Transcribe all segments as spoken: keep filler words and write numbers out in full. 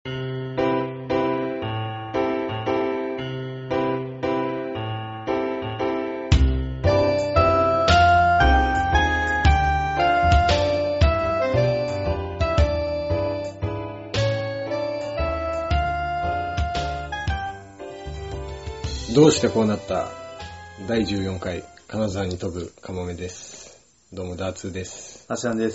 どうしてこうなっただいじゅうよんかい金沢に飛ぶカモメです。どうもダーツーです。 あしらんです。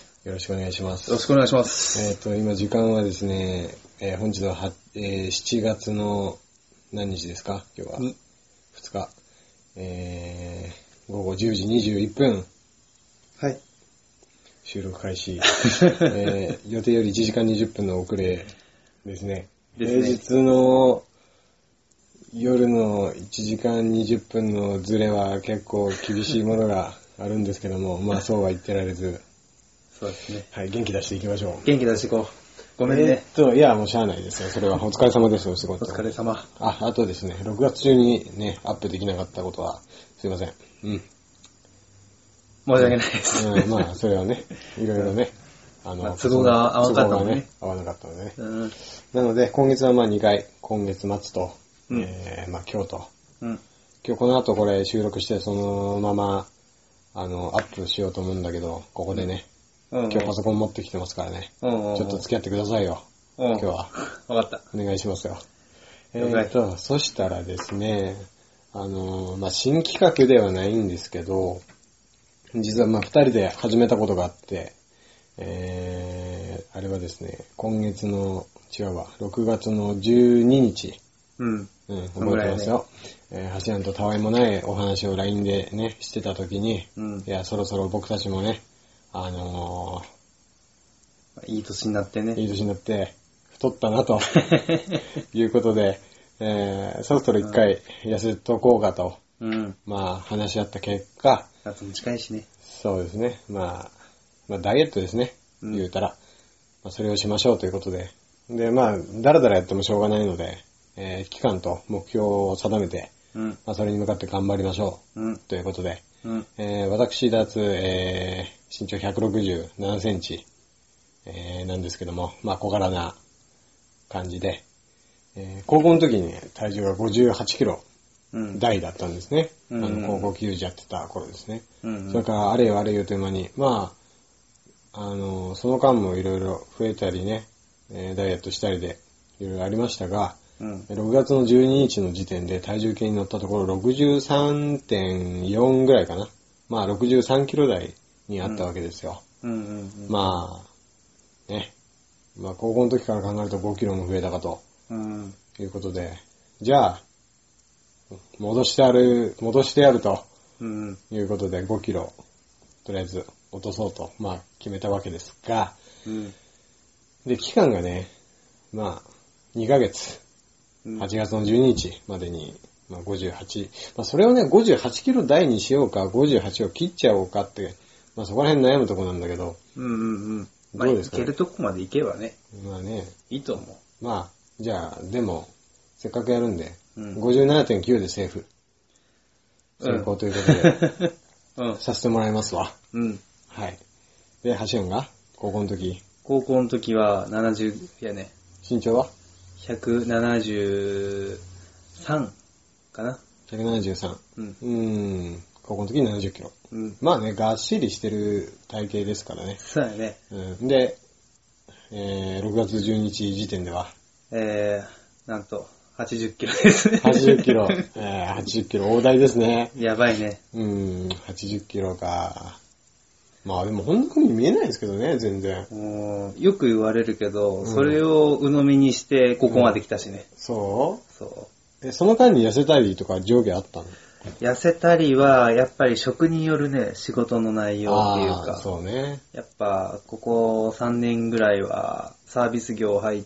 よろしくお願いします。 よろしくお願いします。 えっ、ー、と今時間はですね、えー、本日はは、えー、しちがつの何日ですか？今日はふつか、えー、午後じゅうじにじゅういっぷん。 はい。 収録開始。えー、予定よりいちじかんにじゅっぷんの遅れですね。 ですね。 平日の夜のいちじかんにじゅっぷんのズレは結構厳しいものがあるんですけども、まあそうは言ってられず、 そうですね。 はい、元気出していきましょう。 元気出していこう。ごめんね。 えー、っと、いや、もうしゃあないですよ。それはお疲れ様ですよ、仕事。 お疲れ様。 あ、あとですね、ろくがつ中にね、アップできなかったことは、すいません。うん。 申し訳ないです。 うん、まあ、それはね、いろいろね、 あの、まあ、都合が合わなかったのでね。 合わなかったのでね。 うん、 なので、今月はまあにかい、今月末と、 うん、 えー、まあ今日と、 うん、 今日この後これ収録してそのまま、あの、アップしようと思うんだけど、ここでね、うんうん、今日パソコン持ってきてますからね、うんうんうん、ちょっと付き合ってくださいよ、うん、今日は。 わかった。 お願いしますよ。えーっと、そしたらですね、あの、まあ新企画ではないんですけど、実はまあ二人で始めたことがあって、えー、あれはですね、今月の、違うわ、ろくがつのじゅうににち、うん、うん、覚えてますよ。ね、えー、はしやんとたわいもないお話を ライン でね、してた時に、うん、いや、そろそろ僕たちもね、あのー、いい年になってね。 いい年になって、太ったなと、いうことで、えー、そろそろ一回痩せとこうかと、うん、まあ話し合った結果、 夏も近いしね。 そうですね、まあ、まあダイエットですね、うん、言うたら、まあ、それをしましょうということで、で、まあ、だらだらやってもしょうがないので、えー、期間と目標を定めて、うんまあ、それに向かって頑張りましょう、うん、ということで、うんえー、私ダーツ、えー、身長ひゃくろくじゅうななセンチ、えー、なんですけども、まあ小柄な感じで、えー、高校の時に、ね、体重がごじゅうはちキロ台だったんですね、うん、あの高校球児やってた頃ですね、うんうん、それからあれよあれよという間に、まあ、あのその間もいろいろ増えたりね、えー、ダイエットしたりでいろいろありましたが、うん、ろくがつのじゅうににちの時点で体重計に乗ったところ ろくじゅうさんてんよん ぐらいかな。まあろくじゅうさんキロ台にあったわけですよ。うんうんうんうん、まあ、ね。まあ高校の時から考えるとごキロも増えたかと、うん、いうことで、じゃあ、戻してある、戻してやると、うん、いうことでごキロ、とりあえず落とそうと、まあ決めたわけですが、うん、で、期間がね、まあ、にかげつ。はちがつのじゅうににちまでに、まあ、ごじゅうはち。まあ、それをね、ごじゅうはちキロ台にしようか、ごじゅうはちを切っちゃおうかって、まあ、そこら辺悩むとこなんだけど。 うんうんうん。まあ、どうですかね。いけるとこまで行けばね。 まあね。 いいと思う。まあ、じゃあ、でも、せっかくやるんで、うん、ごじゅうななてんきゅう でセーフ。成功ということで、うん、させてもらいますわ。うん。はい。で、ハシオンが高校の時。 高校の時はななじゅうやね。 身長はひゃくななじゅうさんかな。 ひゃくななじゅうさん。うん。うーん。高校の時にななじゅっキロ。うん。まあね、がっしりしてる体型ですからね。 そうやね。 うん。で、えー、ろくがつじゅうににち時点では。 えー、なんと、はちじゅっキロですね。 はちじゅっキロ。えー、はちじゅっキロ大台ですね。 やばいね。 うん、はちじゅっキロか。まあでもこんな風に見えないですけどね、全然。 よく言われるけど、うん、それを鵜呑みにしてここまで来たしね。 うん、そうそう。 え、その間に痩せたりとか上下あったの？ 痩せたりは、やっぱり職によるね、仕事の内容っていうか。 そうね。 やっぱ、ここさんねんぐらいはサービス業入って、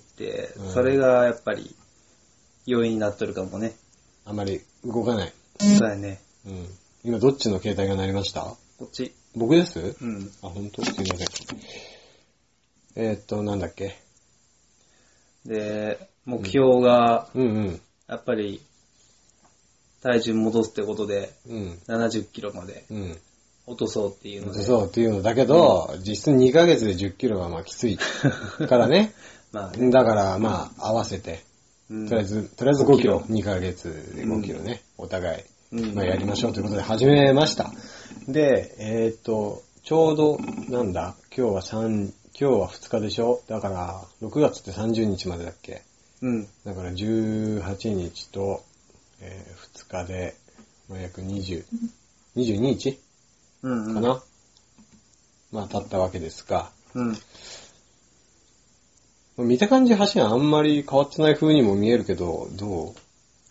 うん、それがやっぱり要因になっとるかもね。 あまり動かない。 そうやね。 うん。今どっちの携帯が鳴りました？ こっち。 僕です？ うん。 あ、本当？すいません。えー、っと、なんだっけ。 で、目標が、 うん、うんうん、 やっぱり、体重戻すってことで、うん、ななじゅっキロまで落とそうっていうので。 落とそうっていうのだけど、うん、実質にかげつでじゅっキロはまあきついからね。まあねだからまあ合わせて、うん、とりあえず、とりあえずごキロ、にかげつでごキロね、うん、お互い、まあ、やりましょうということで始めました。で、えー、っと、ちょうど、なんだ、今日は三、今日はふつかでしょ？だから、ろくがつってさんじゅうにちまでだっけ？うん。だからじゅうはちにちと、えー、ふつかで、まあ、約にじゅう、にじゅうににちうんうん、かな、まあ、経ったわけですが、うん。見た感じ橋があんまり変わってない風にも見えるけど、どう？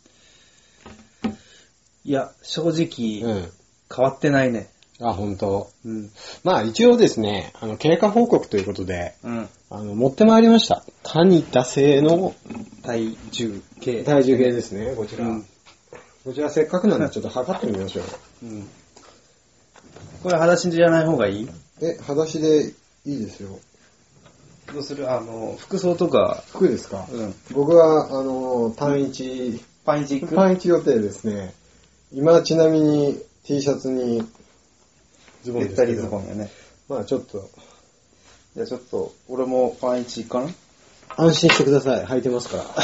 いや、正直、うん、変わってないね。 あ、本当。うん。まあ一応ですね、あの経過報告ということで、うん、あの持ってまいりました。タニタ製の体重計。 体重計ですね、こちら。うん、こちらせっかくなんでちょっと測ってみましょう。うん。 これ裸足じゃない方がいい？ え、裸足でいいですよ。 どうする？あの、服装とか。 服ですか？うん。僕は、あの、パンイチ、 パンイチ行く？ パンイチ予定ですね。今ちなみに T シャツにズボンですけど。ゆったりズボンやね。 まあちょっと。 じゃあちょっと、俺もパンイチかな？ 安心してください。履いてますから。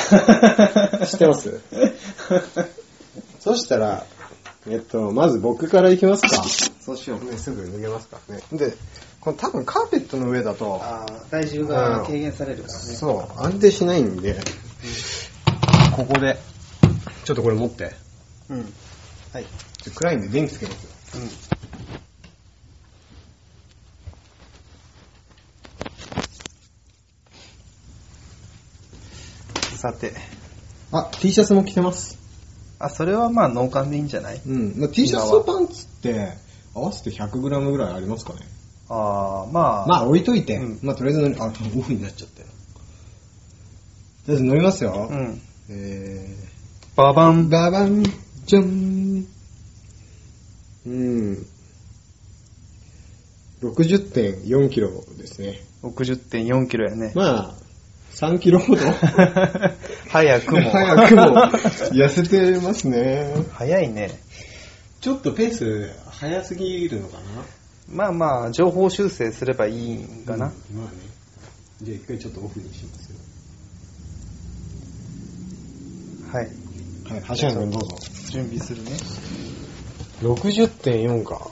知ってます？そしたら、えっと、まず僕から行きますか。 そうしよう。 ね、すぐ脱げますからね。で、この多分カーペットの上だと、 あ体重が軽減されるからね。 そう、安定しないんで、うん、ここで、ちょっとこれ持って。うん。はい。ちょ暗いんで電気つけますよ。 うん。さて。 あ、T シャツも着てます。 あ、それはまあノーカンでいいんじゃない？ うん。まあ、T シャツとパンツって合わせて ひゃくグラム ぐらいありますかね？ ああ、まあ。 まあ置いといて。うん、まあとりあえず乗り、あ、オフになっちゃったよ。とりあえず乗りますよ。うん。えー、ババン。 ババン、じゃん。うん。ろくじゅってんよんキロですね。 ろくじゅってんよんキロやね。 まあ、さんキロほど早くも。 早くも。痩せてますね。 早いね。 ちょっとペース早すぎるのかな？ まあまあ、情報修正すればいいんかな。 うん、まあね。じゃあ一回ちょっとオフにしますよ。 はい。 はい、橋原君どうぞ。 準備するね。 ろくじゅってんよん か。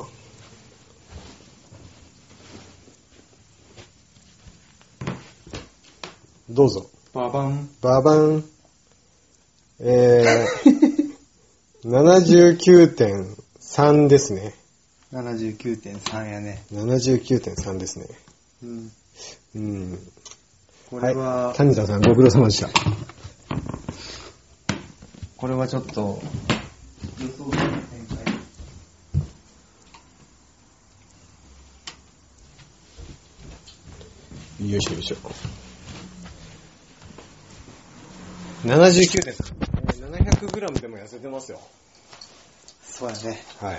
どうぞ。 ババン。 ババン。えー、ななじゅうきゅうてんさん ですね。 ななじゅうきゅうてんさん やね。 ななじゅうきゅうてんさん ですね。うん。うん。 これは、 はい、谷田さんご苦労様でした。 これはちょっと、予想外の展開。よいしょよいしょ。ななじゅうきゅうてんさん。ななひゃくグラム でも痩せてますよ。 そうやね。 はい。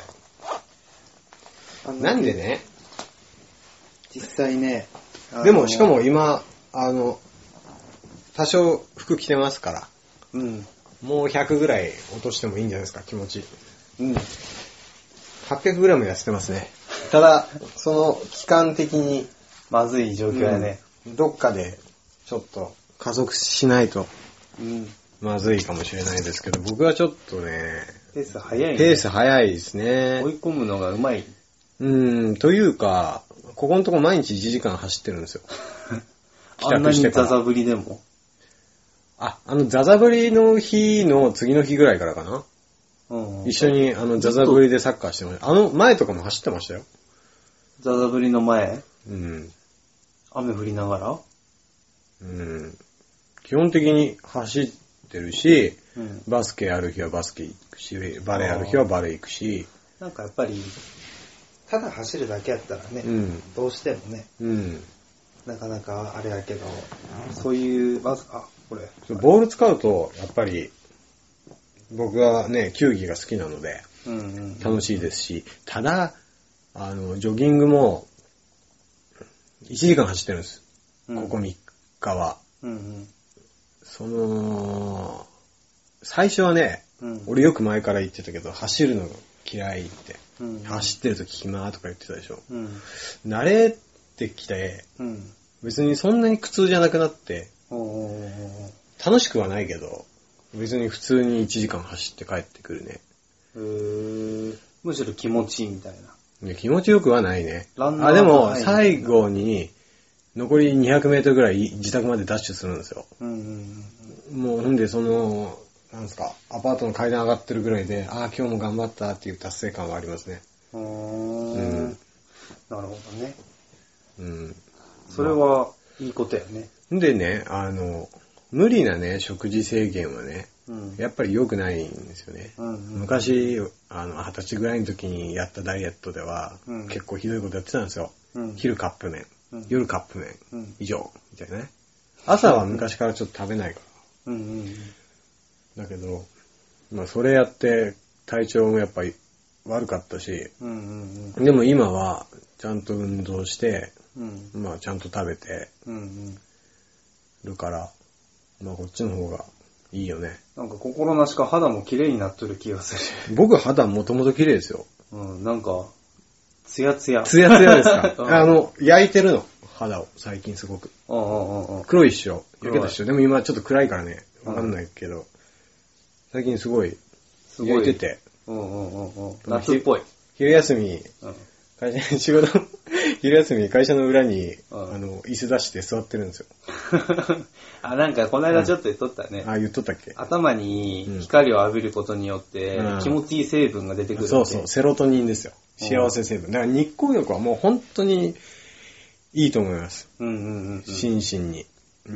なんでね、 実際ね、 でもしかも今、あの、多少服着てますから、うん、もうひゃくぐらい落としてもいいんじゃないですか、気持ち。うん。はっぴゃくグラム 痩せてますね。ただ、その期間的に、 まずい状況やね、 うん。どっかでちょっと加速しないと、うん、まずいかもしれないですけど、僕はちょっとね、 ペース早いね。 ペース早いですね。 追い込むのがうまい。 うーん、というか、ここのとこ毎日いちじかん走ってるんですよ。 あんなにザザ降りでも？ あ、あのザザ降りの日の次の日ぐらいからかな。うん、一緒にあのザザ降りでサッカーしてました。あの前とかも走ってましたよ。 ザザ降りの前？うん。雨降りながら？ うん。基本的に走ってるし、うん、バスケある日はバスケ行くし、バレーある日はバレー行くし。 なんかやっぱり、ただ走るだけやったらね、うん、どうしてもね、うん、なかなかあれやけど、そういう、まず、あ、これ。 ボール使うと、やっぱり、僕はね、球技が好きなので、うんうん、楽しいですし、ただ、あの、ジョギングも、いちじかん走ってるんです。うん、ここみっかは。うんうん、その、最初はね、うん、俺よく前から言ってたけど、走るのが嫌いって。 うん、走ってると暇とか言ってたでしょ。 うん、 慣れてきて、うん、別にそんなに苦痛じゃなくなって、楽しくはないけど、別に普通にいちじかん走って帰ってくるね。 へー、むしろ気持ちいいみたいな。 いや気持ちよくはないね。あ、でも最後に残りにひゃくメートルぐらい自宅までダッシュするんですよ。うんうんうん、もうほんでその、なんですか、アパートの階段上がってるぐらいで、ああ、今日も頑張ったっていう達成感はありますね。うーん、 うん、なるほどね。うん。それはいいことやね。 でね、あの、無理なね、食事制限はね、うん、やっぱり良くないんですよね。うんうん、昔、あの、二十歳ぐらいの時にやったダイエットでは、うん、結構ひどいことやってたんですよ。うん、昼カップ麺、うん、夜カップ麺、うん、以上、みたいなね。朝は昔からちょっと食べないから。うんうんうん、だけど、まあそれやって体調もやっぱり悪かったし、うんうんうん、でも今はちゃんと運動して、うん、まあちゃんと食べてるから、まあこっちの方がいいよね。 なんか心なしか肌も綺麗になっとる気がする。僕肌もともと綺麗ですよ。 うん、なんか、ツヤツヤ。 ツヤツヤですかあの、焼いてるの。肌を、最近すごく。ああああ黒いっしょ。焼けたっしょ。でも今ちょっと暗いからね、わかんないけど、最近すごい、焼いてて。うんうんうんうん。 夏っぽい。 昼休み、うん、会社に仕事、昼休み会社の裏に、うん、あの、椅子出して座ってるんですよ。 あ、なんかこの間ちょっと言っとったね。 うん、あ、言っとったっけ？ 頭に光を浴びることによって、うん、気持ちいい成分が出てくるって。 そうそう、セロトニンですよ。幸せ成分。だから日光浴はもう本当にいいと思います。うんうんうんうん、心身に、うん。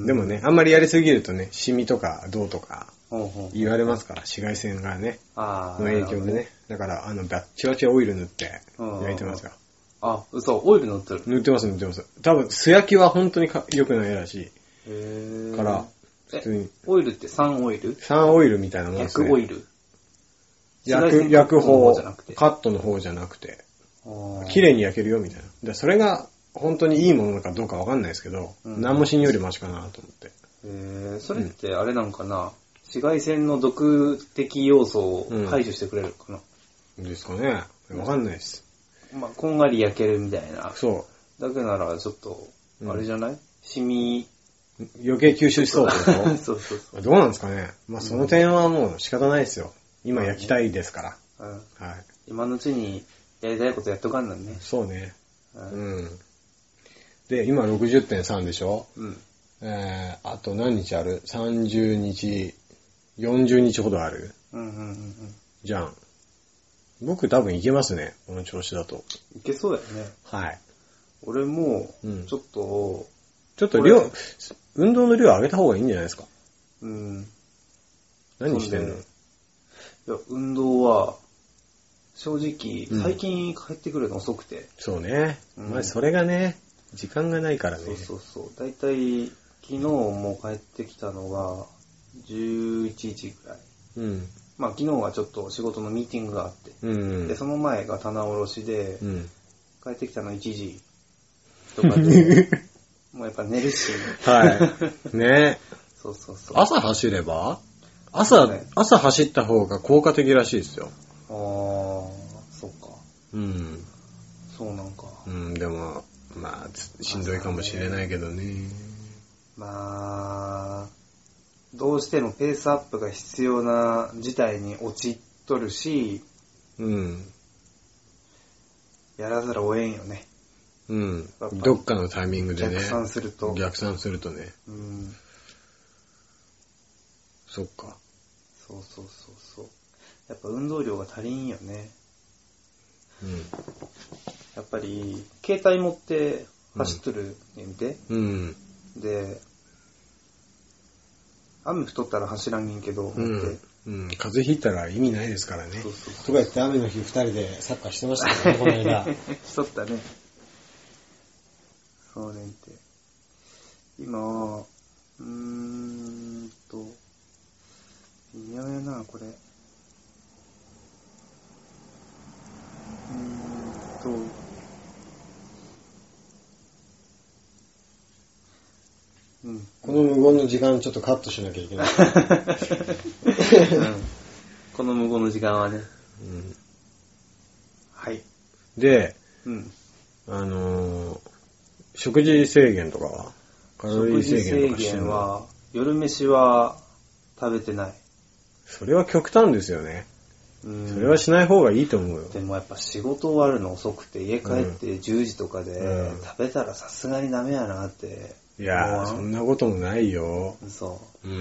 でもね、あんまりやりすぎるとね、シミとかどうとか言われますから、紫外線がね、の影響でね。だから、あの、バッチバチオイル塗って焼いてますよ。 あ、嘘、オイル塗ってる？ 塗ってます、塗ってます。多分、素焼きは本当に良くないらしい。へから、 普通に。オイルって酸オイル？ 酸オイルみたいなもんですね。 薬オイル？ 薬、薬法、カットの方じゃなくて、綺麗に焼けるよみたいな。でそれが本当にいいものかどうかわかんないですけど、うん、何もしんよりマシかなと思って。 へー、それってあれなんかな、うん、紫外線の毒的要素を排除してくれるかな、 うん、ですかね。わかんないです。 まあ、こんがり焼けるみたいな。 そう。 だけならちょっと、あれじゃない、うん、シミ。 余計吸収しそうでしょそうそうそう。 どうなんですかね。まあその点はもう仕方ないですよ。今焼きたいですから。うん、はい。 今のうちにやりたいことやっとかんなんね。 そうね。うん。うん、で、今 ろくじゅってんさん でしょ、うん、えー、あと何日ある ?さんじゅうにち、よんじゅうにちほどある。うんうんうんうん。じゃん。僕多分いけますね。この調子だと。 いけそうだよね。 はい。 俺も、ちょっと、うん、 ちょっと量、運動の量上げた方がいいんじゃないですか。うん。何してんの？ いや、運動は、正直、最近帰ってくるの遅くて。うん、 そうね。うん、まあ、それがね、時間がないからね。 そうそうそう。だいたい、昨日も帰ってきたのが、じゅういちじぐらい。うん。まあ、昨日はちょっと仕事のミーティングがあって。うん。で、その前が棚卸しで、うん。帰ってきたのいちじとかで、もうやっぱ寝るし。 はい。ね。 そうそうそう。 朝走れば朝、ね、朝走った方が効果的らしいですよ。 ああ、そっか。うん。そうなんか。 うん、でも、まあ、しんどいかもしれないけどね。 まあ、どうしてもペースアップが必要な事態に陥っとるし、うん。やらざるを得んよね。 うん。どっかのタイミングでね。 逆算すると。 逆算するとね。うん。そっか。 そうそうそうそう。やっぱ運動量が足りんよね。うん。やっぱり、携帯持って走っとるん見て。うん。で、雨降っとったら走らんげんけど、 うん。うん。風邪ひいたら意味ないですからね。そうそうそう。とか言って雨の日二人でサッカーしてましたね、この間。 しとったね。そうねんて。今、うーんと、微妙やな、これ。うーんと、 うん、この無言の時間ちょっとカットしなきゃいけない。 うん、この無言の時間はね。うん、 はい。 で、うん、あのー、食事制限とかはカロリー制限とかしてるの？食事制限は、 夜飯は食べてない。 それは極端ですよね。うん、それはしない方がいいと思うよ。 でもやっぱ仕事終わるの遅くて家帰ってじゅうじとかで、うん、食べたらさすがにダメやなって。 いやー、そんなこともないよ。そう。うん、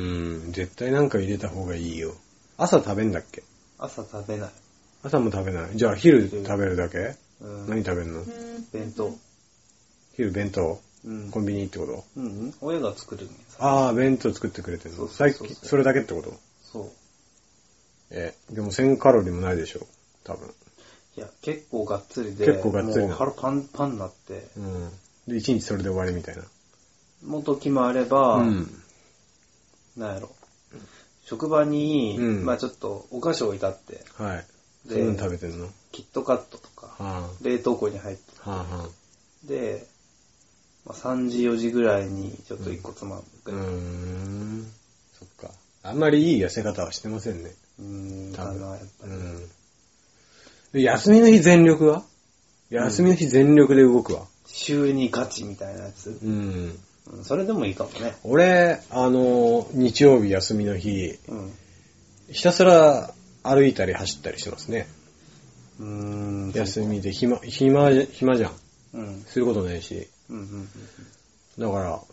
絶対なんか入れた方がいいよ。朝食べんだっけ？ 朝食べない。 朝も食べない。じゃあ昼食べるだけ？うん、何食べるの？ 弁当。 昼弁当？うん、コンビニってこと？ うん、うん、親が作るんや。 ああ、弁当作ってくれてるの。最近それだけってこと？そう。え、でもせんカロリーもないでしょ、多分。 いや、結構がっつりで、 結構がっつりな。 もう腹パンパンになって。 うん。で、一日それで終わりみたいな。 もっと時もあれば、うん、なんやろ。職場に、うん、まあちょっとお菓子置いてあって。はい。 で、そういうの食べてんの？ キットカットとか、はあ、冷凍庫に入ってて。はあはあ、で、まあ、さんじよじぐらいにちょっと一個つまむぐらい。うーん。 そっか。あんまりいい痩せ方はしてませんね。 うーん、かな、やっぱり。 うん。休みの日全力は？休みの日全力で動くわ。 週にガチみたいなやつ。うん。それでもいいかもね。 俺、あの、日曜日休みの日、うん、ひたすら歩いたり走ったりしてますね。うーん。休みで暇、暇、暇じゃん。うん。することないし。うんうんうんうん、だから、あの、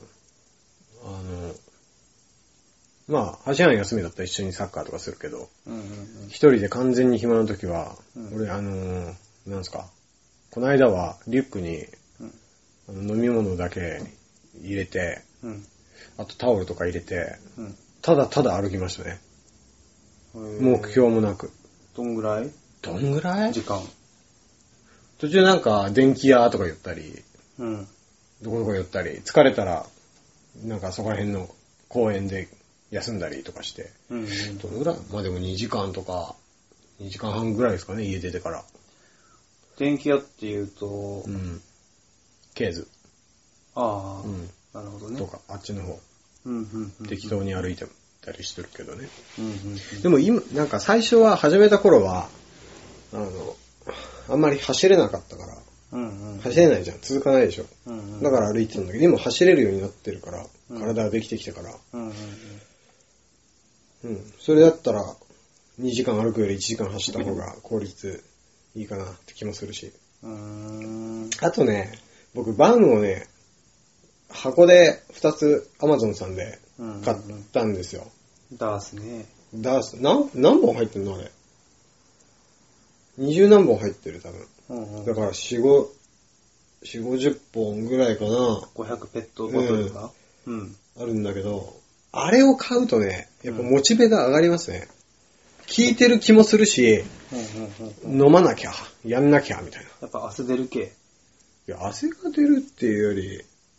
まあ、走らない休みだったら一緒にサッカーとかするけど、うんうんうん、一人で完全に暇な時は、うん、俺、あのー、なんすか、この間はリュックに、うん、あの飲み物だけ入れて、うん、あとタオルとか入れて、うん、ただただ歩きましたね。目標もなく。 どんぐらい？ どんぐらい？ 時間。 途中なんか電気屋とか寄ったり、うん、どこどこ寄ったり、疲れたら、なんかそこら辺の公園で休んだりとかして、うんうん、どれぐらい？まあでもにじかんとか、にじかんはんぐらいですかね、家出てから。 電気屋っていうと、うん。 ケーズ。 ああ、うん、なるほどね。 とか、あっちの方。うんうんうん、適当に歩いてたりしてるけどね。うんうんうん、でも今、なんか最初は始めた頃は、あの、あんまり走れなかったから、うんうん、走れないじゃん。続かないでしょ。うんうん、だから歩いてたんだけど、今走れるようになってるから、うん、体ができてきてから、うんうんうん。うん。それだったら、にじかん歩くよりいちじかん走った方が効率いいかなって気もするし。うーん、あとね、僕バンをね、箱でふたつ Amazon さんで買ったんですよ。 うんうん、ダースね。 ダース、何、何本入ってんのあれ。二十何本入ってる多分。うんうん、だから四五、四五十本ぐらいかな。 ごひゃくペットボトルが、 うん、うん。あるんだけど、あれを買うとね、やっぱモチベが上がりますね。効いてる気もするし、うんうんうんうん、飲まなきゃ、やんなきゃ、みたいな。 やっぱ汗出る系？ いや、汗が出るっていうより、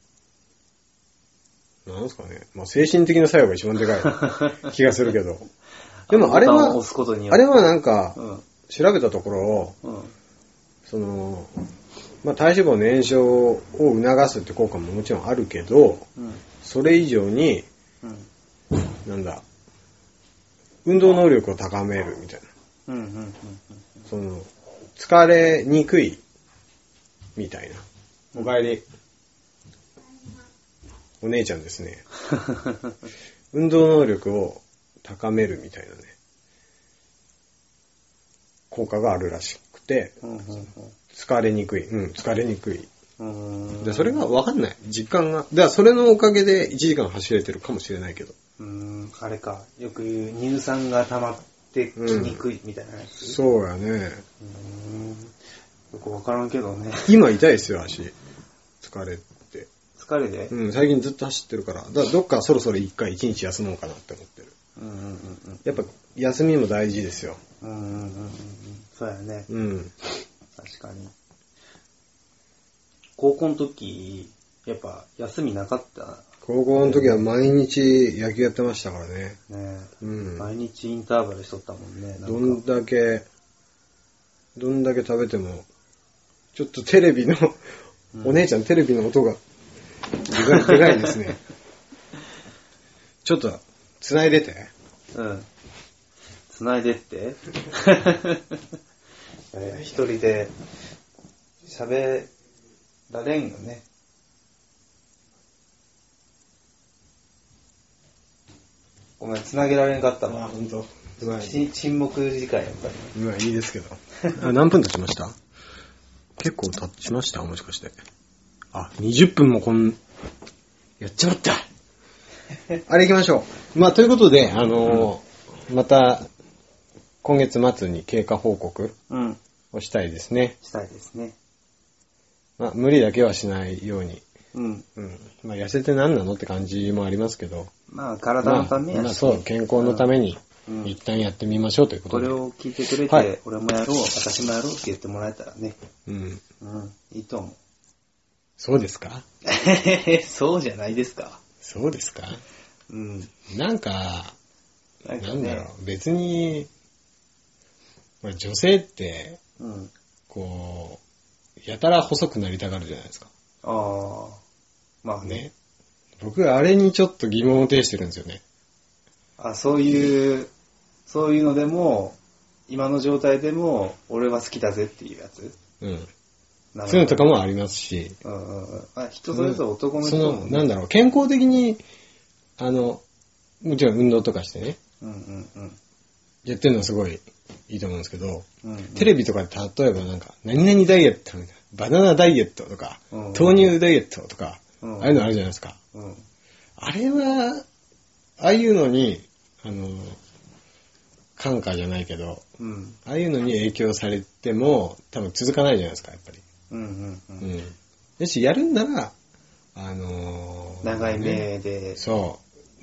なんすかね。まあ、精神的な作用が一番でかい気がするけど。でもあれは、あれはなんか、うん、調べたところ、うん、その、まあ、体脂肪の燃焼を促すって効果ももちろんあるけど、うん、それ以上に、うん、なんだ、運動能力を高めるみたいな。うんうんうんうん、その、疲れにくいみたいな。おかえり。お姉ちゃんですね。運動能力を高めるみたいなね。効果があるらしくて、うんうんうん、疲れにくい。うん、疲れにくい。うんでそれが分かんない。実感が。だからそれのおかげでいちじかん走れてるかもしれないけど。 うーん、あれか。よく言う乳酸が溜まってきにくいみたいなやつ。 うん、そうやね。うーん。 よく分からんけどね。 今痛いですよ、足。疲れて。 疲れで？ うん、最近ずっと走ってるから。だからどっかそろそろ一回一日休もうかなって思ってる。うんうんうんうん。やっぱ休みも大事ですよ。うんうんうんうん。 そうやね。うん。確かに。高校の時、やっぱ休みなかった？ 高校の時は毎日野球やってましたからね。ねえ。うん。毎日インターバルしとったもんね。 どんだけ、どんだけ食べても、ちょっとテレビの、うん、お姉ちゃんテレビの音がでかい、でかいですね。ちょっと、繋いでて。 うん。繋いでってえー、一人で喋られんよね。ごめん、繋げられんかったわ。 あ、ほんと。 沈黙時間やっぱり。まあいいですけど。あ、何分経ちました？結構経ちました？もしかして。あ、にじゅっぷんもこん、やっちまった。あれ行きましょう。まあということで、あのーうん、また、今月末に経過報告をしたいですね。 うん、したいですね。 まあ無理だけはしないように。 うん。 うん。まあ痩せて何なのって感じもありますけど。 まあ体のためやし、ね。まあそう、健康のために、一旦やってみましょうということで。 これを聞いてくれて、はい、俺もやろう、私もやろうって言ってもらえたらね。 うん。 うん。いいと思う。 そうですか？ そうじゃないですか。 そうですか？ うん。 なんか、なんかね、なんだろう、別に、女性って、 うん、 こう、やたら細くなりたがるじゃないですか。 ああ、まあね。ね、 僕はあれにちょっと疑問を呈してるんですよね。 あ、そういう、そういうのでも、今の状態でも、俺は好きだぜっていうやつ。 うん。そういうのとかもありますし。 うんうんうん。あ、人それぞれ男の人も、ね、その、なんだろう、健康的に、あの、もちろん運動とかしてね。 うんうんうん。 やってるのはすごいいいと思うんですけど、 うんうん、 テレビとかで例えばなんか、何々ダイエットみたいな、バナナダイエットとか、うんうん、豆乳ダイエットとか、うんうん、ああいうのあるじゃないですか。 うん、 あれは、ああいうのに、あの、感化じゃないけど、 うん、 ああいうのに影響されても、多分続かないじゃないですか、やっぱり。 うんうんうん。 うん。よし、やるんなら、あのー、 長い目で、 ね、そう、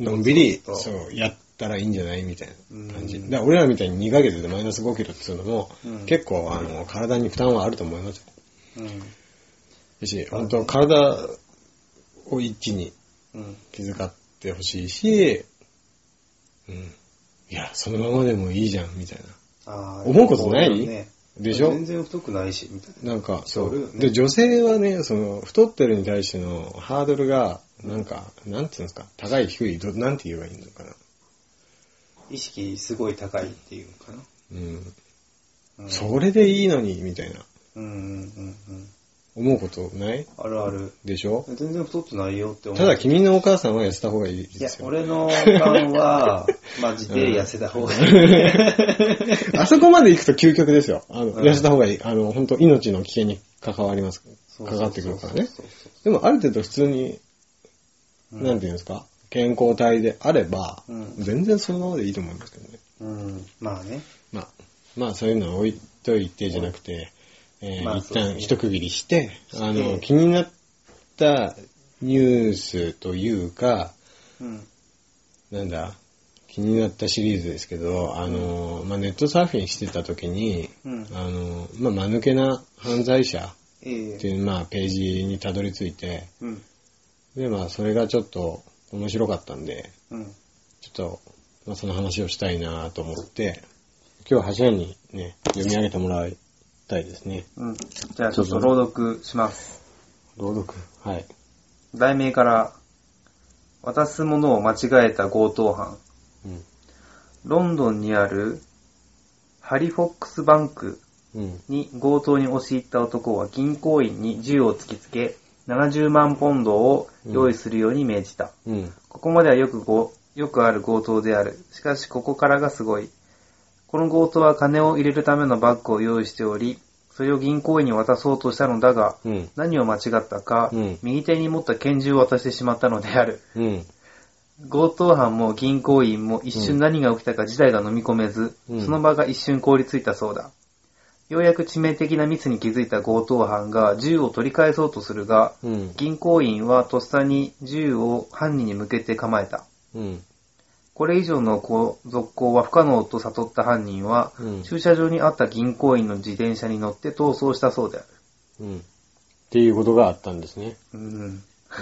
のんびり、そう、やったらいいんじゃないみたいな感じ。だから俺らみたいににかげつでマイナスごキロっていうのも、うん、結構、あの、体に負担はあると思いますよ。 うん。 よし、本当体を一気に気遣ってほしいし、うん。いや、そのままでもいいじゃん、みたいな。 あ、 思うことない、ね、でしょ？ 全然太くないし、みたいな。 なんか、そう。ね、で、女性はね、その、太ってるに対してのハードルが、なんか、なんていうんですか、高い、低い、ど、なんて言えばいいのかな。 意識すごい高いっていうのかな。 うん。うん、それでいいのに、みたいな。 うんうんうんうん。 思うことないあるある。 でしょ？ 全然太ってないよって思う。 ただ君のお母さんは痩せた方がいいですよ。 いや、俺のおかんは、マジで痩せた方がいい。 あそこまで行くと究極ですよ。あの、うん、痩せた方がいい。あの、本当命の危険に関わります。かかってくるからね。でもある程度普通に、うん、なんていうんですか、健康体であれば、うん、全然そのままでいいと思うんですけどね。 うん、まあね。 まあ、まあそういうのは置いといてじゃなくて、えーまあ、一旦一区切りして、あの、気になったニュースというか、 うん、 なんだ、気になったシリーズですけど、あの、うん、まあ、ネットサーフィンしてた時に、 うん、 あの、まあ、間抜けな犯罪者っていう、まあ、ページにたどり着いて、 うん、 で、まあ、それがちょっと面白かったんで、 うん、 ちょっと、まあ、その話をしたいなと思って、今日柱にね、読み上げてもらいたいですね。 うん。じゃあちょっと朗読します。 朗読。はい。 題名から、渡すものを間違えた強盗犯。 うん、 ロンドンにあるハリフォックスバンクに強盗に押し入った男は銀行員に銃を突きつけ、ななじゅうまんポンドを用意するように命じた。 うん、 ここまではよくご、よくある強盗である。しかしここからがすごい。この強盗は金を入れるためのバッグを用意しており、それを銀行員に渡そうとしたのだが、 うん、 何を間違ったか、 うん、 右手に持った拳銃を渡してしまったのである。 うん、 強盗犯も銀行員も一瞬何が起きたか自体が飲み込めず、 うん、 その場が一瞬凍りついたそうだ。ようやく致命的なミスに気づいた強盗犯が銃を取り返そうとするが、 うん、 銀行員はとっさに銃を犯人に向けて構えた。 うん、 これ以上の続行は不可能と悟った犯人は、 うん、 駐車場にあった銀行員の自転車に乗って逃走したそうである。 うん。っていうことがあったんですね。 うん。うん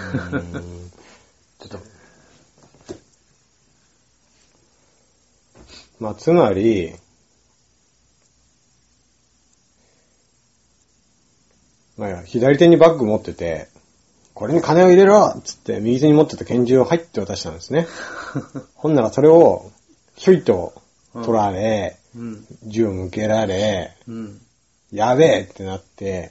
ちょっと。まあ、つまり、まあ、左手にバッグ持ってて、これに金を入れろっつって右手に持ってた拳銃を入って渡したんですね。ほんならそれをひょいと取られ、 うん、 銃を向けられ、 うん、 やべえってなって、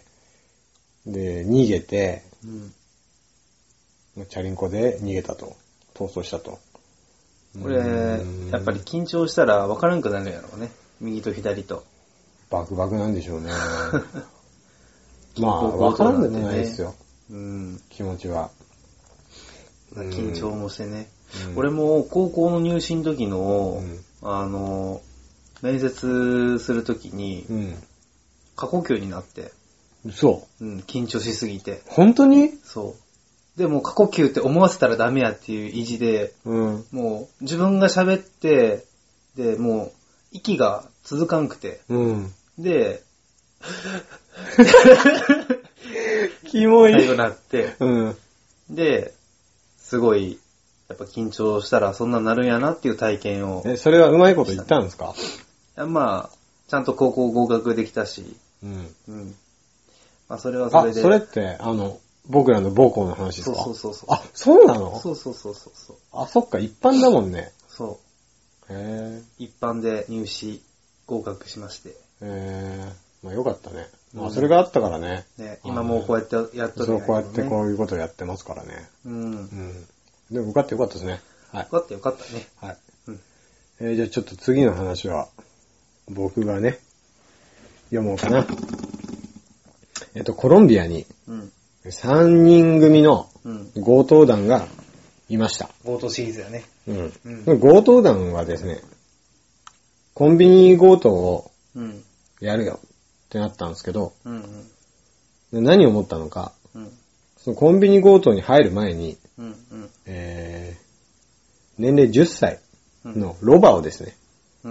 で、逃げて、うん、チャリンコで逃げたと。逃走したと。 これ、やっぱり緊張したら分からんくなるやろうね。右と左と。 バクバクなんでしょうね。まあ、分からんでもないですよ。うん、気持ちは。 緊張もしてね。うん、俺も高校の入試の時の、うん、あの、面接する時に、うん、過呼吸になって。 そう。 うん、緊張しすぎて。 本当に？ そう。でも過呼吸って思わせたらダメやっていう意地で、うん、もう自分が喋って、で、もう息が続かんくて。うん、で、 キモい。 最後なって、うん、で、すごい、やっぱ緊張したらそんななるんやなっていう体験を。 え、それはうまいこと言ったんですか？ いや、まあ、ちゃんと高校合格できたし、うん。うん。まあ、それはそれで。 あ、それって、あの、僕らの母校の話ですか？ そうそうそう。 あ、そうなの？ そうそうそうそう。 あ、そっか、一般だもんね。 そう。へー。一般で入試合格しまして。 へー。まあよかったね。まあそれがあったからね。 うん、ね、今もうこうやってやっとる、ね。 そう、こうやってこういうことをやってますからね。うん。うん。でも受かってよかったですね。はい。 受かってよかったね。 はい。うん。えー、じゃあちょっと次の話は、僕がね、読もうかな。えっと、コロンビアに、さんにん組の強盗団がいました。 強盗シリーズだね。 うん。うん、強盗団はですね、コンビニ強盗をやるよってなったんですけど、うんうん、何を思ったのか、うん、そのコンビニ強盗に入る前に、うんうんえー、年齢じゅっさいのロバをですね、うん、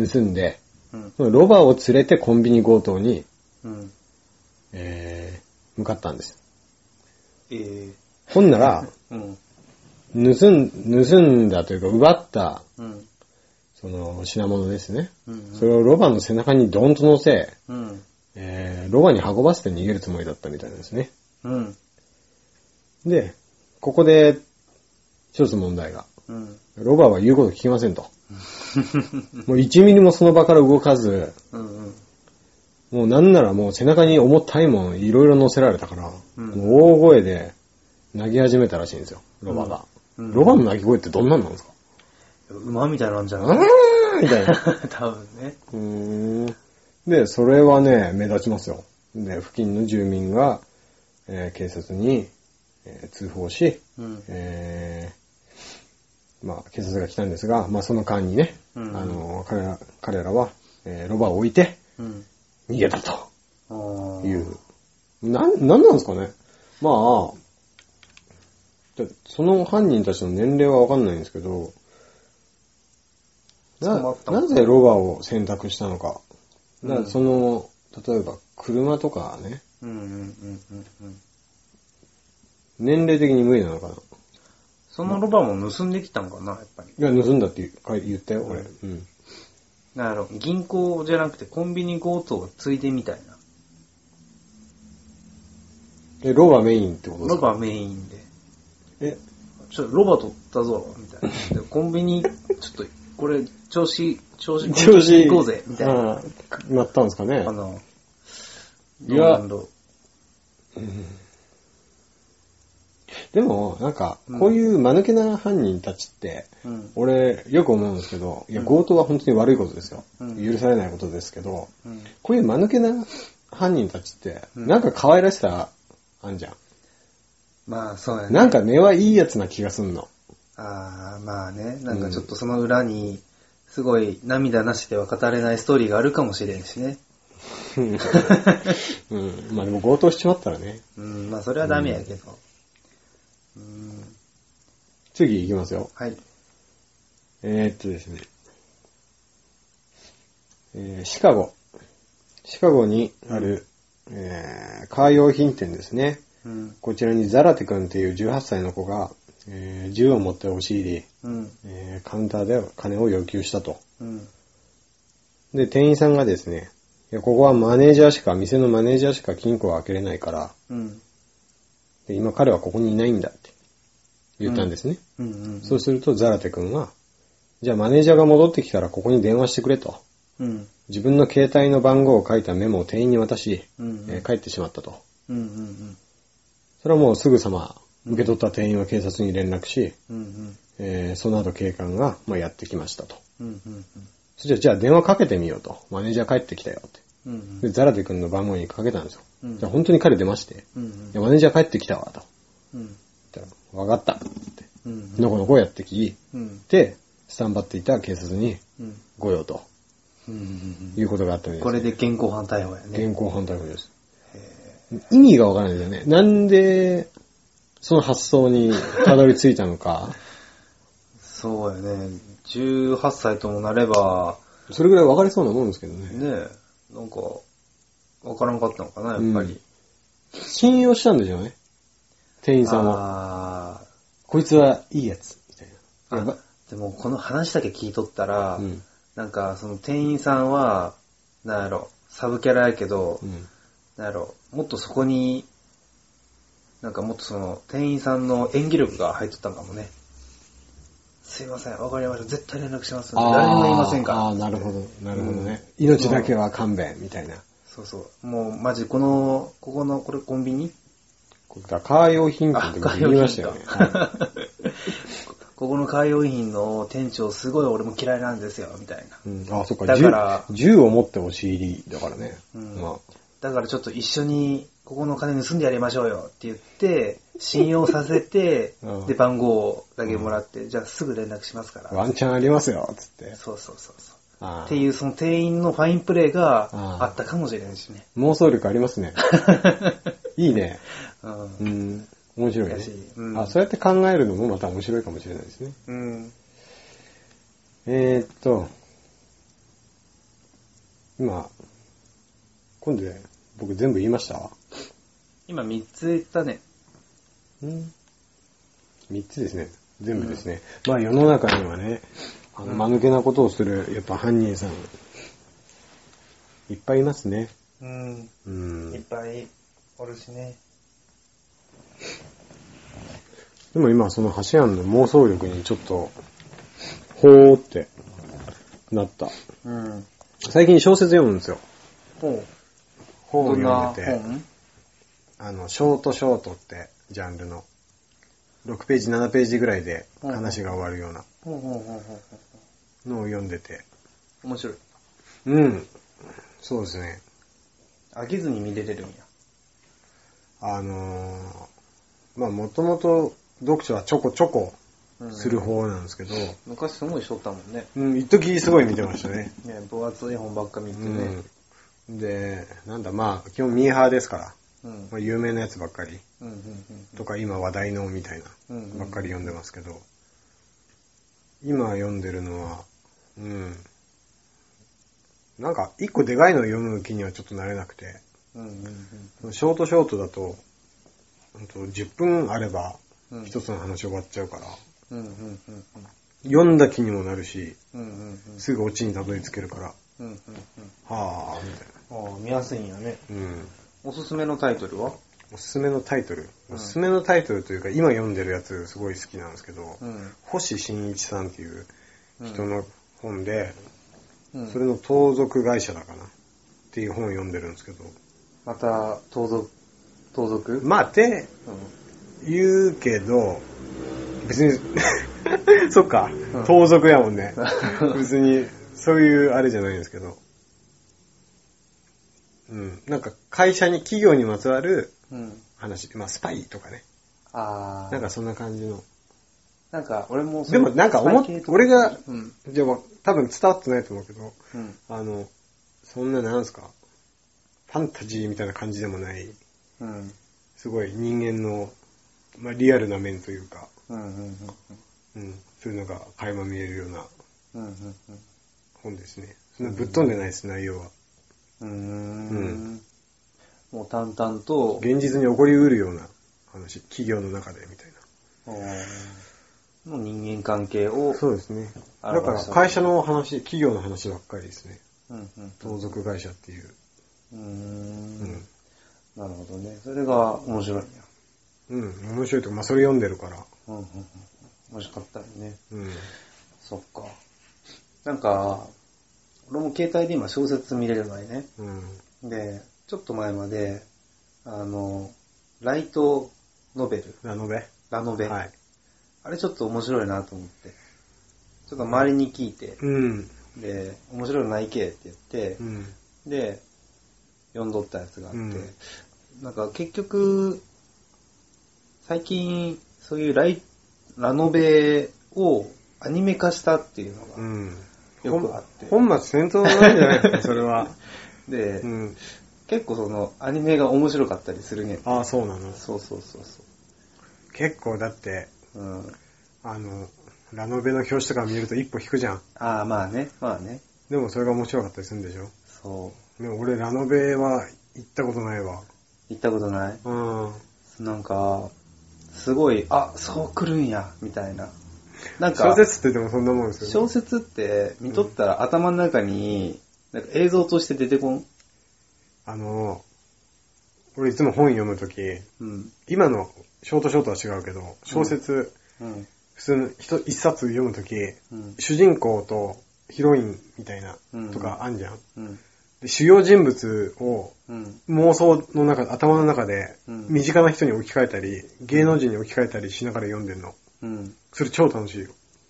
盗んで、うん、そのロバを連れてコンビニ強盗に、うんえー、向かったんです。えー、ほんなら、うん、盗ん、盗んだというか奪った、うん、その品物ですね、うんうん。それをロバの背中にドンと乗せ、うんえー、ロバに運ばせて逃げるつもりだったみたいなんですね。うん、で、ここで一つ問題が、うん、ロバは言うこと聞きませんと。もういちミリもその場から動かず、うんうん、もうなんならもう背中に重たいもんいろいろ乗せられたから、うん、もう大声で鳴き始めたらしいんですよ、ロバが。うんうん、ロバの鳴き声ってどんなんなんですか？ 馬みたいなんじゃない？うーんみたいな。 多分ね。 うーん。で、それはね、目立ちますよ。で、付近の住民が、えー、警察に、えー、通報し、うんえー、まあ、警察が来たんですが、まあ、その間にね、うん、あの、彼ら、彼らは、えー、ロバを置いて、逃げたという。な、なんなんですかね。まあ、その犯人たちの年齢はわかんないんですけど、な、なぜロバを選択したのか。だからその、例えば車とかね、うんうんうんうんうん、年齢的に無理なのかな。 そのロバも盗んできたんかな、やっぱり。 いや、盗んだって言ったよ、俺。うん。うん、 なるほど。銀行じゃなくてコンビニ強盗がついでみたいな。 え、ロバメインってことですか？ ロバメインで。え、ちょっとロバ取ったぞ、みたいな。コンビニ、ちょっと、これ、調子、調子、調子行こうぜ、みたいな。 なったんですかね。 あの、 いや、うん、でも、なんか、こういう間抜けな犯人たちって、うん、俺、よく思うんですけど、いや、強盗は本当に悪いことですよ。うん、許されないことですけど、うん、こういう間抜けな犯人たちって、なんか可愛らしさあんじゃん。 まあ、そうやね。 なんか根はいいやつな気がすんの。 ああ、まあね。なんかちょっとその裏に、すごい涙なしでは語れないストーリーがあるかもしれんしね。 うん。まあでも強盗しちまったらね。 うん、まあそれはダメやけど。 うん、次行きますよ。 はい。 えー、っとですね。えー、シカゴ。シカゴにある、うん、えー、カー用品店ですね。うん、こちらにザラテ君っていうじゅうはっさいの子が、えー、銃を持って押し入り、うんえー、カウンターで金を要求したと、うん。で、店員さんがですね、いやここはマネージャーしか、店のマネージャーしか金庫を開けれないから、うん、で今彼はここにいないんだって言ったんですね。うんうんうんうん、そうするとザラテ君は、じゃあマネージャーが戻ってきたらここに電話してくれと、うん、 自分の携帯の番号を書いたメモを店員に渡し、うんうんえー、帰ってしまったと。うんうんうん、それはもうすぐさま受け取った店員は警察に連絡し、うんうんえー、その後警官が、まあ、やってきましたと。うんうんうん、そしたらじゃあ電話かけてみようと。マネージャー帰ってきたよって。うんうん、でザラテ君の番号にかけたんですよ。うんうん、じゃあ本当に彼出まして、うんうん、いやマネージャー帰ってきたわと。うん、分かったって。うんうん、のこのこやってき、うん、で、スタンバっていた警察に、ご用と、うんうんうん、いうことがあったみたいです、ね。 これで現行犯逮捕やね。 現行犯逮捕です。意味がわからないですよね。なんで、その発想にたどり着いたのか。 そうやね。じゅうはっさいともなれば、 それぐらい分かりそうなもんですけどね。 ねえ。なんか、分からんかったのかな、やっぱり。 うん、信用したんでしょうね。店員さんは。あこいつはいいやつ、みたいな。 でも、この話だけ聞いとったら、うん、なんか、その店員さんは、なんやろ、サブキャラやけど、うん、なんやろ、もっとそこに、なんかもっとその、店員さんの演技力が入っとったんかもね。すいません、わかりました。絶対連絡しますんで。誰にも言いませんから。 ああ、なるほど、なるほどね。うん、命だけは勘弁、みたいな。 そうそう。もう、マジ、この、ここの、これコンビニカー用品店って言いましたよね。 ここのカー用品の店長すごい俺も嫌いなんですよ、みたいな。 うん、あ、そっか。だから銃、銃を持って押し入りだからね。うんまあ、だからちょっと一緒にここの金盗んでやりましょうよって言って、信用させて、うん、で、番号だけもらって、うん、じゃあすぐ連絡しますから。 ワンチャンありますよ、つって。 そうそうそうそう。っていうその店員のファインプレーがあったかもしれないしね。 妄想力ありますね。いいね。うん、うん面白いね、うん、あ。そうやって考えるのもまた面白いかもしれないですね。うん、えー、っと、今、今度で僕全部言いました？ 今みっつ言ったね。 うん。みっつですね。全部ですね。うん、まあ世の中にはね、あの、間抜けなことをする、やっぱ犯人さん、いっぱいいますね。 うん。うん、いっぱいおるしね。 でも今そのハシアンの妄想力にちょっと、ほーってなった。うん、最近小説読むんですよ。ほう。本を読んでて、あの、ショートショートってジャンルの、ろくページ、ななページぐらいで話が終わるようなのを読んでて。 面白い。 うん。そうですね。 飽きずに見れれるんや。 あのー、まあもともと読書はちょこちょこする方なんですけど、うん、 昔すごいしとったもんね。 うん、一時すごい見てましたね。 ね、分厚い本ばっか見てね。 うん、で、なんだまあ基本ミーハーですから、うんまあ、有名なやつばっかり、うんうんうんうん、とか今話題のみたいなばっかり読んでますけど、今読んでるのは、うん、なんか一個でかいのを読む気にはちょっとなれなくて、うんうんうん、ショートショートだと、じゅっぷんあれば一つの話終わっちゃうから、うんうんうんうん、読んだ気にもなるし、うんうんうん、すぐオチにたどり着けるから、うんうんうん、はぁみたいな。あ見やすいんやね、うん。おすすめのタイトルは？ おすすめのタイトル、うん、おすすめのタイトルというか今読んでるやつすごい好きなんですけど、うん、星新一さんっていう人の本で、うん、それの盗賊会社だかなっていう本を読んでるんですけど、 また盗賊盗賊まあって言うけど別にそっか、うん、盗賊やもんね別にそういうあれじゃないんですけど、うん、なんか会社に企業にまつわる話、うん、まあスパイとかね、あなんかそんな感じの、 なんか俺もでもなんか思っ俺が、うん、じゃあ多分伝わってないと思うけど、うん、あのそんななんすかファンタジーみたいな感じでもない、うん、すごい人間の、まあ、リアルな面というか、うんうんうんうん、そういうのが垣間見えるような本ですね。そんなぶっ飛んでないです、内容は。うーんうん、もう淡々と現実に起こりうるような話、企業の中でみたいな。の人間関係を。 そうですね。だから会社の話、企業の話ばっかりですね。うんうんうん、盗賊会社っていう。うーん、うん、 なるほどね。それが面白いんや。 うん、面白いとか、まあそれ読んでるから。うんうんうん、 面白かったよね。うん。そっか。なんか、 俺も携帯で今小説見れるのにね。 うん。 で、ちょっと前まで、あの、ライトノベル。 ラノベラノベ。 はい。 あれちょっと面白いなと思って。ちょっと周りに聞いて。 うん。 で、面白いのないけって言って、 うん、 で、読んどったやつがあって、うん、なんか結局、最近、そういうライ、ラノベをアニメ化したっていうのが、よくあって。 うん、本末転倒なんじゃないですか、それは。 で、うん、結構その、アニメが面白かったりするね。 ああ、そうなの。 そうそうそうそう。 結構だって、うん、あの、ラノベの表紙とか見ると一歩引くじゃん。 ああ、まあね、まあね。 でもそれが面白かったりするんでしょ。 そう。 でも俺ラノベは行ったことないわ。 行ったことない？ うん。 なんか、すごい、あ、そう来るんや、みたいな。 なんか、小説ってでもそんなもんですよね。 小説って見とったら頭の中に、なんか映像として出てこん？ あの、俺いつも本読むとき、うん、今のショートショートは違うけど、小説、うんうん、普通の一冊読むとき、うん、主人公とヒロインみたいなとかあんじゃん。うんうん、で主要人物を妄想の中、頭の中で身近な人に置き換えたり、芸能人に置き換えたりしながら読んでんの。うん、それ超楽しいよ。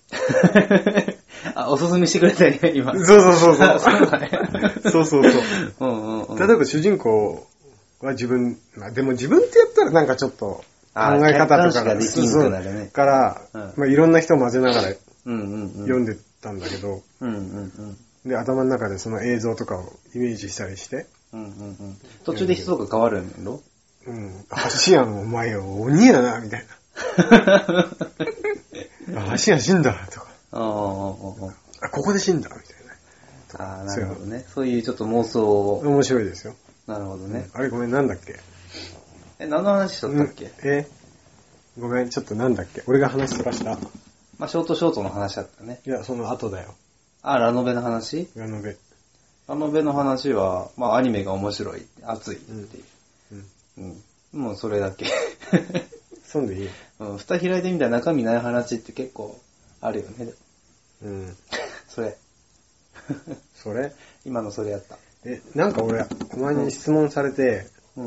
あ、おすすめしてくれたね、今。 そうそうそうそう。そうだね。そうそうそう。うんうんうん、例えば主人公は自分、まあでも自分ってやったらなんかちょっと考え方とかができんくなるね。 から、うん、まあいろんな人を混ぜながら読んでたんだけど、うんうんうん、で頭の中でその映像とかをイメージしたりして、うんうんうん、 途中で人とか変わるんやろ？ うん。橋やんお前よ、鬼やな、みたいな。橋や死んだ、とか。ああ、ここで死んだ、みたいな。ああ、なるほどね。そういうちょっと妄想を。 面白いですよ。 なるほどね。 うん、あれごめん、なんだっけ？ え、何の話しとったっけ？うん、 えごめん、ちょっとなんだっけ？俺が話しとらした。 まあ、ショートショートの話だったね。 いや、その後だよ。 あ、ラノベの話？ ラノベ。 ラノベの話は、まあ、アニメが面白い、熱いっていう。うんうんうん、もうそれだけ。 そんでいい？ うん、蓋開いてみたら中身ない話って結構あるよね。うん。それ。 それ？ 今のそれやった。 え、なんか俺、お前に質問されて、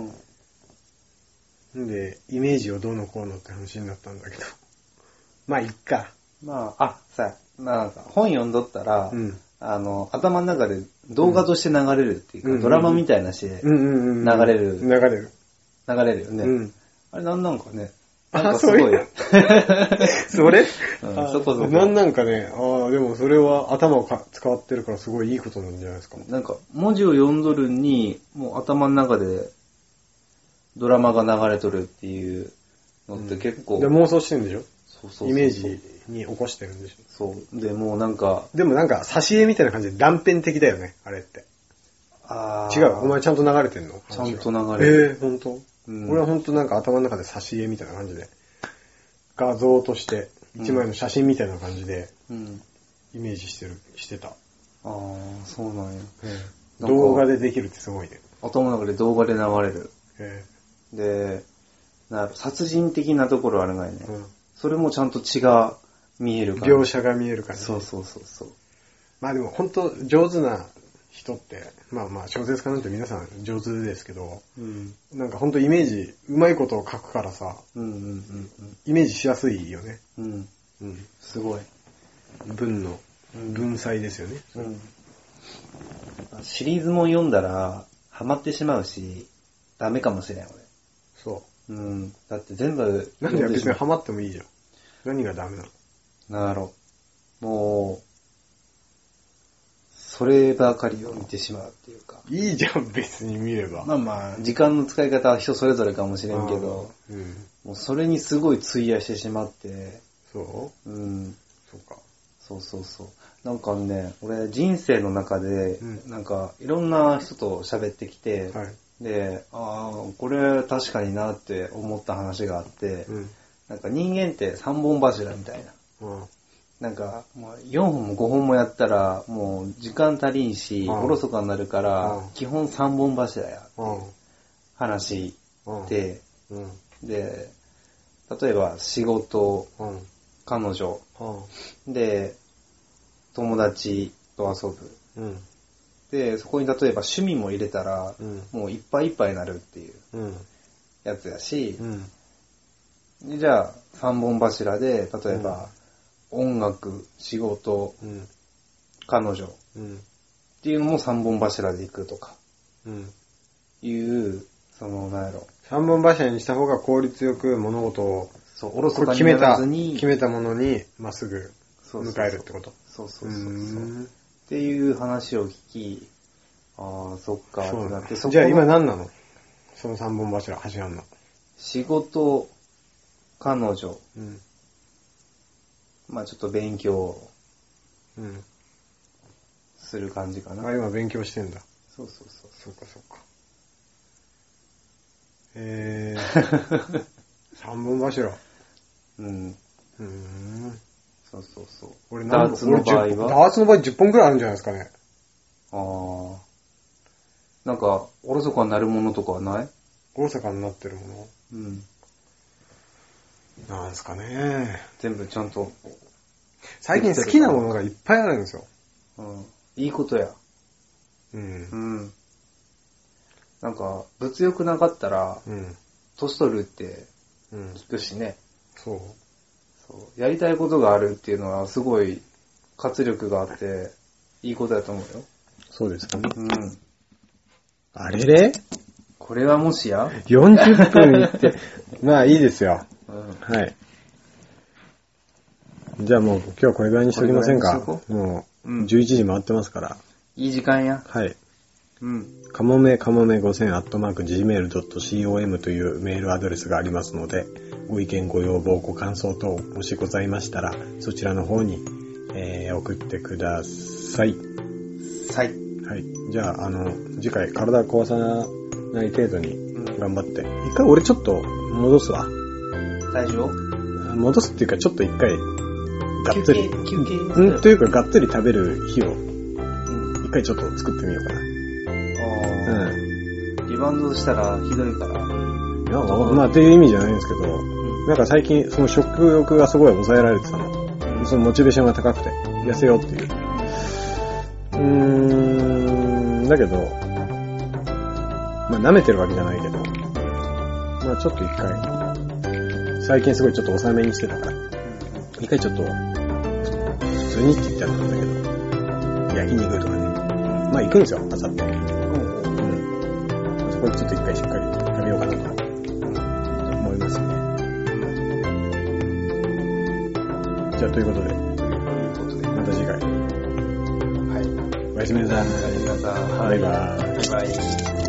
うん。んで、イメージをどうのこうのって話になったんだけど。まあ、いっか。 まあ、あ、さ、なんか本読んどったら、うん、あの、頭の中で動画として流れるっていうか、うん、ドラマみたいなして、流れる。 流れる。 流れるよね。うん、あれなんなんかね。なんかすごい。それ、 うん、そこそこ。 なんなんかね、ああ、でもそれは頭をか使ってるからすごいいいことなんじゃないですか。 なんか、文字を読んどるに、もう頭の中でドラマが流れとるっていうのって結構。うん、 で妄想してるんでしょ？ そうそうそうそう。 イメージに起こしてるんでしょ？ そう。で、もうなんか。 でもなんか、挿絵みたいな感じで断片的だよね、あれって。ああ。違う、お前ちゃんと流れてんの？ ちゃんと流れる。 えー、ほんと？うん、俺は本当なんか頭の中で挿絵みたいな感じで、画像として一枚の写真みたいな感じで、イメージしてる、してた。ああ、そうなんや、 うん。動画でできるってすごいね。 頭の中で動画で流れる。で、な殺人的なところあるがいね、うん。それもちゃんと血が見えるから。描写が見えるから、ね。 そうそうそうそう。 まあでも本当上手な人って、まあまあ小説家なんて皆さん上手ですけど、うん、なんかほんとイメージ、うまいことを書くからさ、うんうんうんうん、イメージしやすいよね。うんうん、すごい。 文の、文才ですよね、うん。 シリーズも読んだらハマってしまうし、ダメかもしれん、俺。 そう。 うん。だって全部。 なんで別にハマってもいいじゃん。何がダメなの？ なるほど。もう、そればかりを見てしまうっていうか。 いいじゃん、別に見れば。 まあまあ、時間の使い方は人それぞれかもしれんけど、うん、もうそれにすごい費やしてしまって。 そううん。そうか。 そうそうそう。なんかね、俺人生の中で、うん、なんかいろんな人と喋ってきて、はい、で、ああ、これ確かになって思った話があって、うん、なんか人間って三本柱みたいな。うん、なんか、もうよんほんもごほんもやったら、もう時間足りんし、おろそかになるから、基本さんぼん柱やっていう話で、で、例えば仕事、彼女、で、友達と遊ぶ、 で、そこに例えば趣味も入れたら、うん、もういっぱいいっぱいになるっていうやつやし、うん、じゃあ三本柱で、例えば、うん、音楽、仕事、うん、彼女、うん、っていうのも三本柱でいくとか、うん、いう、その、なんやろ。 三本柱にした方が効率よく物事を、 そう、おろそかにならずに決めた、決めたものにまっすぐ迎えるってこと。 そうそうそうそう。っていう話を聞き、ああ、そっか、ってなって、 そこじゃあ今何なの？その三本柱、柱の。 仕事、彼女、うん、まあちょっと勉強、うん、する感じかな。 あ、今勉強してんだ。 そうそうそう。 そうかそうか。えー、三本柱。うん。うーん。 そうそうそう。 俺ダーツの場合はダーツの場合じゅっぽんくらいあるんじゃないですかね。 ああ。なんか、おろそかになるものとかはない？ おろそかになってるもの？うん。なんすかね。 全部ちゃんと。 最近好きなものがいっぱいあるんですよ。 うん。いいことや。うん。うん。なんか、物欲なかったら、うん。年取るって聞くしね。うん、そう。そう。やりたいことがあるっていうのはすごい活力があって、いいことだと思うよ。 そうですかね。うん。あれれこれはもしや ? よんじゅっぷんいって。まあいいですよ。うん、はい。じゃあもう今日はこれぐらいにしときませんか。もうじゅういちじ回ってますから。 いい時間や。 はい。うん。かもめかもめごせんアットマーク ジーメールドットコム というメールアドレスがありますので、ご意見ご要望ご感想等もしございましたらそちらの方に、えー、送ってください。 はい。 はい。じゃああの次回体壊さない程度に頑張って、うん、一回俺ちょっと戻すわ。 大丈夫？ 戻すっていうかちょっと一回がっつり休憩休憩うんというかがっつり食べる日を一回ちょっと作ってみようかな。 うん。リバウンドしたらひどいから。いや、まあっていう意味じゃないんですけど、うん、なんか最近その食欲がすごい抑えられてたの。そのモチベーションが高くて痩せようっていう。うーんだけど、まあ舐めてるわけじゃないけど、まあちょっと一回最近すごいちょっと抑えめにしてたから、一回ちょっと普通にって言ったらなんだけど、焼肉とかね、まあ行くんですよ、あさって。そこでちょっと一回しっかり食べようかなと思いますね。じゃあということで、また次回。はい。おやすみなさい。 おやすみなさい。 バイバーイ。 バイバイ。